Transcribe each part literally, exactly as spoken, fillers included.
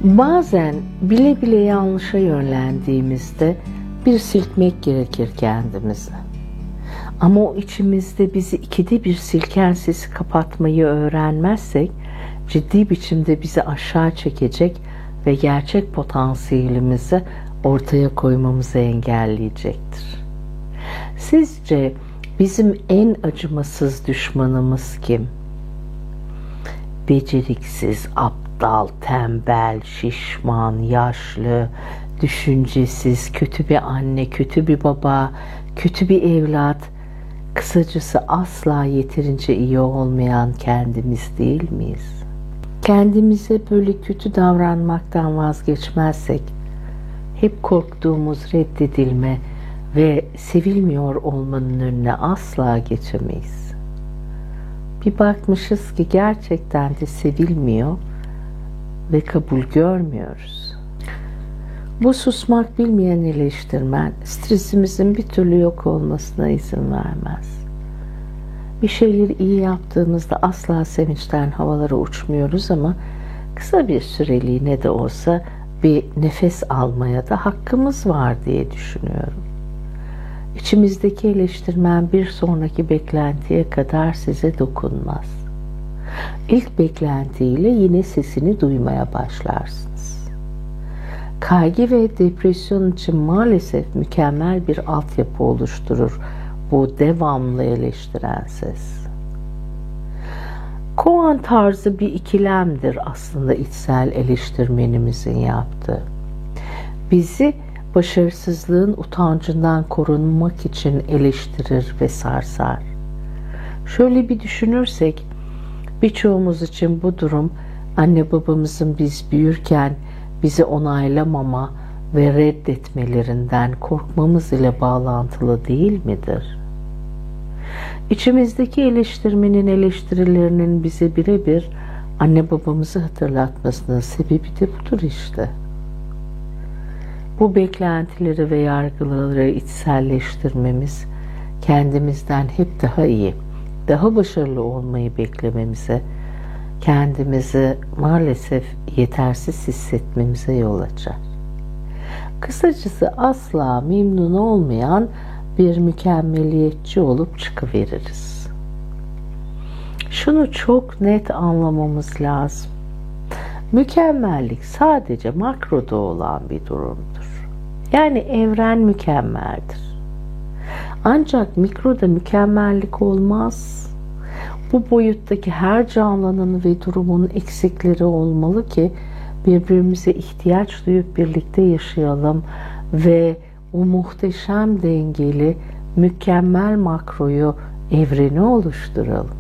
Bazen bile bile yanlışa yönlendiğimizde bir silkmek gerekir kendimizi. Ama o içimizde bizi ikide bir silken sesi kapatmayı öğrenmezsek ciddi biçimde bizi aşağı çekecek ve gerçek potansiyelimizi ortaya koymamızı engelleyecektir. Sizce bizim en acımasız düşmanımız kim? Beceriksiz, aptal, tembel, şişman, yaşlı, düşüncesiz, kötü bir anne, kötü bir baba, kötü bir evlat, kısacası asla yeterince iyi olmayan kendimiz değil miyiz? Kendimize böyle kötü davranmaktan vazgeçmezsek, hep korktuğumuz reddedilme ve sevilmiyor olmanın önüne asla geçemeyiz. Bir bakmışız ki gerçekten de sevilmiyor ve kabul görmüyoruz. Bu susmak bilmeyen eleştirmen stresimizin bir türlü yok olmasına izin vermez. Bir şeyleri iyi yaptığımızda asla sevinçten havalara uçmuyoruz ama kısa bir süreliğine de olsa bir nefes almaya da hakkımız var diye düşünüyorum. İçimizdeki eleştirmen bir sonraki beklentiye kadar size dokunmaz. İlk beklentiyle yine sesini duymaya başlarsınız. Kaygı ve depresyon için maalesef mükemmel bir altyapı oluşturur bu devamlı eleştiren ses. Koan tarzı bir ikilemdir aslında içsel eleştirmenimizin yaptığı. Bizi başarısızlığın utancından korunmak için eleştirir ve sarsar. Şöyle bir düşünürsek, birçoğumuz için bu durum anne babamızın biz büyürken bizi onaylamama ve reddetmelerinden korkmamız ile bağlantılı değil midir? İçimizdeki eleştirmenin eleştirilerinin bize birebir anne babamızı hatırlatmasının sebebi de budur işte. Bu beklentileri ve yargıları içselleştirmemiz, kendimizden hep daha iyi, daha başarılı olmayı beklememize, kendimizi maalesef yetersiz hissetmemize yol açar. Kısacası asla memnun olmayan bir mükemmeliyetçi olup çıkıveririz. Şunu çok net anlamamız lazım. Mükemmellik sadece makroda olan bir durumdur. Yani evren mükemmeldir. Ancak mikroda mükemmellik olmaz. Bu boyuttaki her canlının ve durumun eksikleri olmalı ki birbirimize ihtiyaç duyup birlikte yaşayalım ve o muhteşem dengeli, mükemmel makroyu, evreni oluşturalım.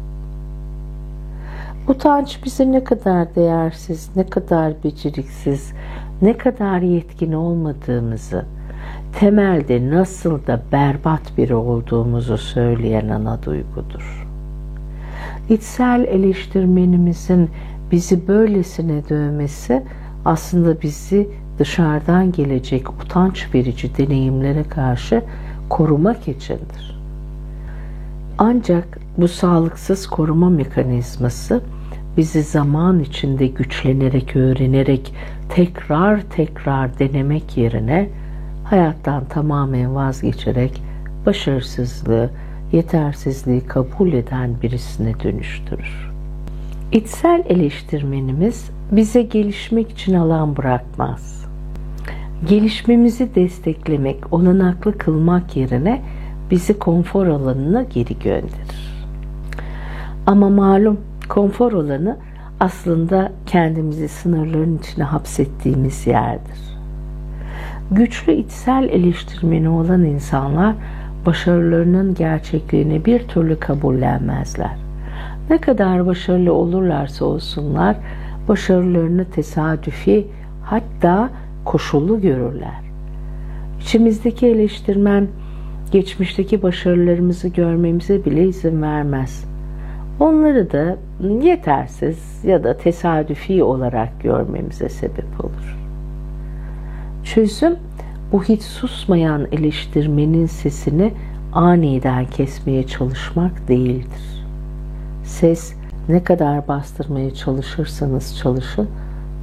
Utanç bize ne kadar değersiz, ne kadar beceriksiz, ne kadar yetkin olmadığımızı, temelde nasıl da berbat biri olduğumuzu söyleyen ana duygudur. İçsel eleştirmenimizin bizi böylesine dövmesi aslında bizi dışarıdan gelecek utanç verici deneyimlere karşı korumak içindir. Ancak bu sağlıksız koruma mekanizması bizi zaman içinde güçlenerek, öğrenerek, tekrar tekrar denemek yerine hayattan tamamen vazgeçerek başarısızlığı, yetersizliği kabul eden birisine dönüştürür. İçsel eleştirmenimiz bize gelişmek için alan bırakmaz. Gelişmemizi desteklemek, olanaklı kılmak yerine bizi konfor alanına geri gönderir. Ama malum konfor alanı aslında kendimizi sınırların içine hapsettiğimiz yerdir. Güçlü içsel eleştirmeni olan insanlar başarılarının gerçekliğini bir türlü kabullenmezler. Ne kadar başarılı olurlarsa olsunlar başarılarını tesadüfi hatta koşullu görürler. İçimizdeki eleştirmen geçmişteki başarılarımızı görmemize bile izin vermez. Onları da yetersiz ya da tesadüfi olarak görmemize sebep olur. Çözüm bu hiç susmayan eleştirmenin sesini aniden kesmeye çalışmak değildir. Ses ne kadar bastırmaya çalışırsanız çalışın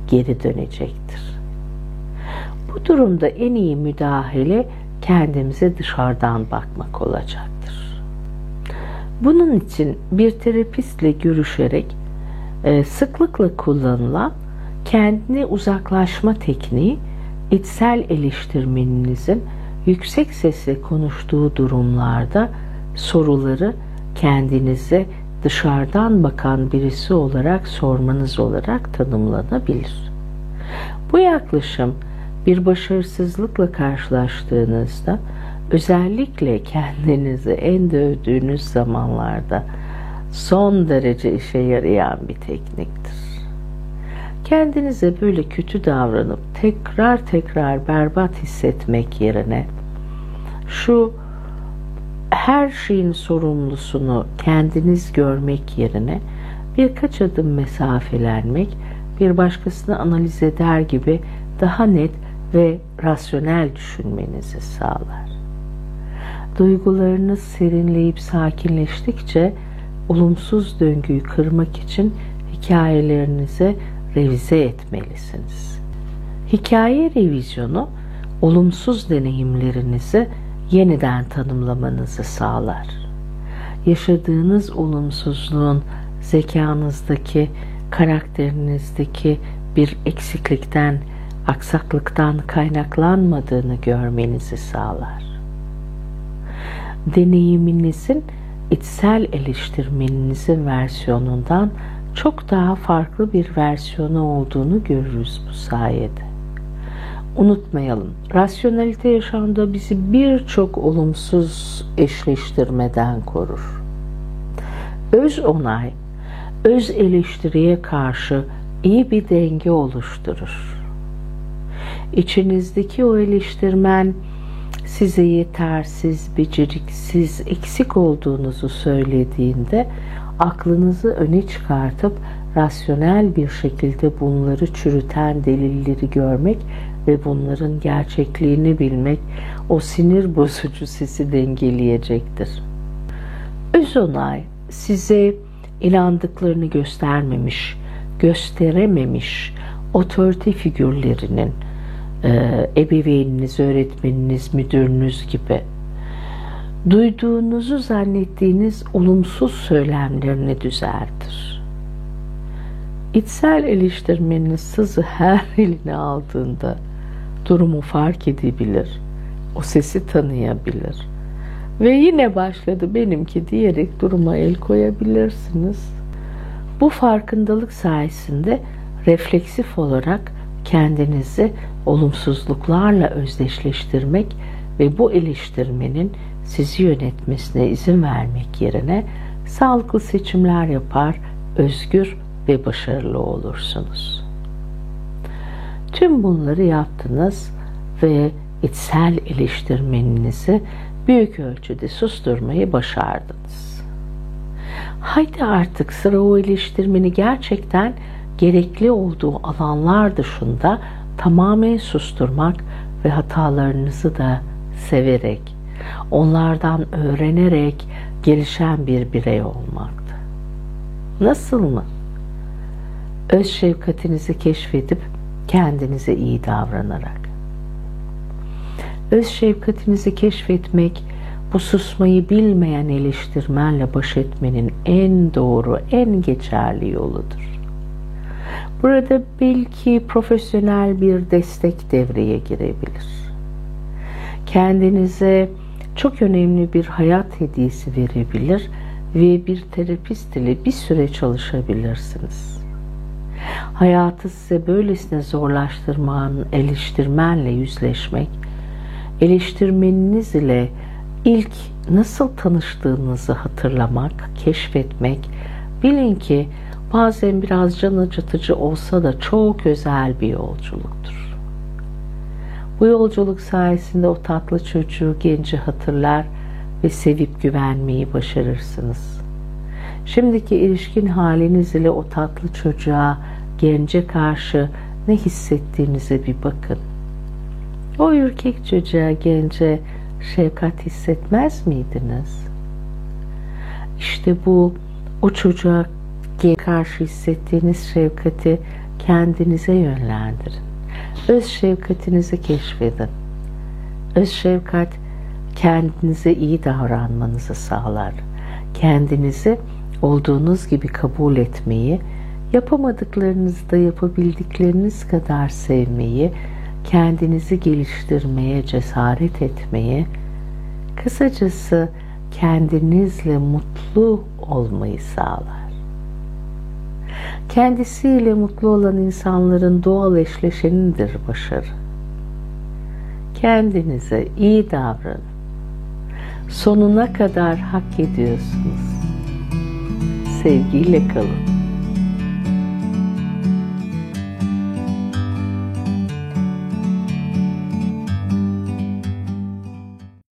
geri dönecektir. Bu durumda en iyi müdahale kendimize dışarıdan bakmak olacaktır. Bunun için bir terapistle görüşerek e, sıklıkla kullanılan kendine uzaklaşma tekniği, içsel eleştirmeninizin yüksek sesle konuştuğu durumlarda soruları kendinize dışarıdan bakan birisi olarak sormanız olarak tanımlanabilir. Bu yaklaşım bir başarısızlıkla karşılaştığınızda, özellikle kendinizi en dövdüğünüz zamanlarda son derece işe yarayan bir tekniktir. Kendinize böyle kötü davranıp tekrar tekrar berbat hissetmek yerine şu her şeyin sorumlusunu kendiniz görmek yerine birkaç adım mesafelenmek, bir başkasını analiz eder gibi daha net ve rasyonel düşünmenizi sağlar. Duygularınız serinleyip sakinleştikçe olumsuz döngüyü kırmak için hikayelerinizi revize etmelisiniz. Hikaye revizyonu olumsuz deneyimlerinizi yeniden tanımlamanızı sağlar. Yaşadığınız olumsuzluğun zekanızdaki, karakterinizdeki bir eksiklikten, aksaklıktan kaynaklanmadığını görmenizi sağlar. Deneyiminizin içsel eleştirmeninizin versiyonundan çok daha farklı bir versiyonu olduğunu görürüz bu sayede. Unutmayalım, rasyonelite yaşamda bizi birçok olumsuz eşleştirmeden korur. Öz onay, öz eleştiriye karşı iyi bir denge oluşturur. İçinizdeki o eleştirmen size yetersiz, beceriksiz, eksik olduğunuzu söylediğinde aklınızı öne çıkartıp rasyonel bir şekilde bunları çürüten delilleri görmek ve bunların gerçekliğini bilmek o sinir bozucu sesi dengeleyecektir. Öz onay size inandıklarını göstermemiş, gösterememiş otorite figürlerinin, e, ebeveyniniz, öğretmeniniz, müdürünüz gibi duyduğunuzu zannettiğiniz olumsuz söylemlerini düzeltir. İçsel eleştirmeniniz sızı her eline aldığında durumu fark edebilir, o sesi tanıyabilir ve yine başladı benimki diyerek duruma el koyabilirsiniz. Bu farkındalık sayesinde refleksif olarak kendinizi olumsuzluklarla özdeşleştirmek ve bu eleştirmenin sizi yönetmesine izin vermek yerine sağlıklı seçimler yapar, özgür ve başarılı olursunuz. Tüm bunları yaptınız ve içsel eleştirmeninizi büyük ölçüde susturmayı başardınız. Haydi artık sıra o eleştirmeni gerçekten gerekli olduğu alanlar dışında tamamen susturmak ve hatalarınızı da severek, onlardan öğrenerek gelişen bir birey olmaktı. Nasıl mı? Öz şefkatinizi keşfedip kendinize iyi davranarak. Öz şefkatinizi keşfetmek, bu susmayı bilmeyen eleştirmenle baş etmenin en doğru, en geçerli yoludur. Burada belki profesyonel bir destek devreye girebilir. Kendinize çok önemli bir hayat hediyesi verebilir ve bir terapist ile bir süre çalışabilirsiniz. Hayatı size böylesine zorlaştırman, eleştirmenle yüzleşmek, eleştirmeniniz ile ilk nasıl tanıştığınızı hatırlamak, keşfetmek, bilin ki bazen biraz can acıtıcı olsa da çok özel bir yolculuktur. Bu yolculuk sayesinde o tatlı çocuğu, genci hatırlar ve sevip güvenmeyi başarırsınız. Şimdiki ilişkin haliniz ile o tatlı çocuğa, gence karşı ne hissettiğinize bir bakın. O ürkek çocuğa, gence şefkat hissetmez miydiniz? İşte bu, o çocuğa karşı hissettiğiniz şefkati kendinize yönlendirin. Öz şefkatinizi keşfedin. Öz şefkat kendinize iyi davranmanızı sağlar. Kendinizi olduğunuz gibi kabul etmeyi, yapamadıklarınızı da yapabildikleriniz kadar sevmeyi, kendinizi geliştirmeye cesaret etmeyi, kısacası kendinizle mutlu olmayı sağlar. Kendisiyle mutlu olan insanların doğal eşleşenidir başarı. Kendinize iyi davranın. Sonuna kadar hak ediyorsunuz. Sevgiyle kalın.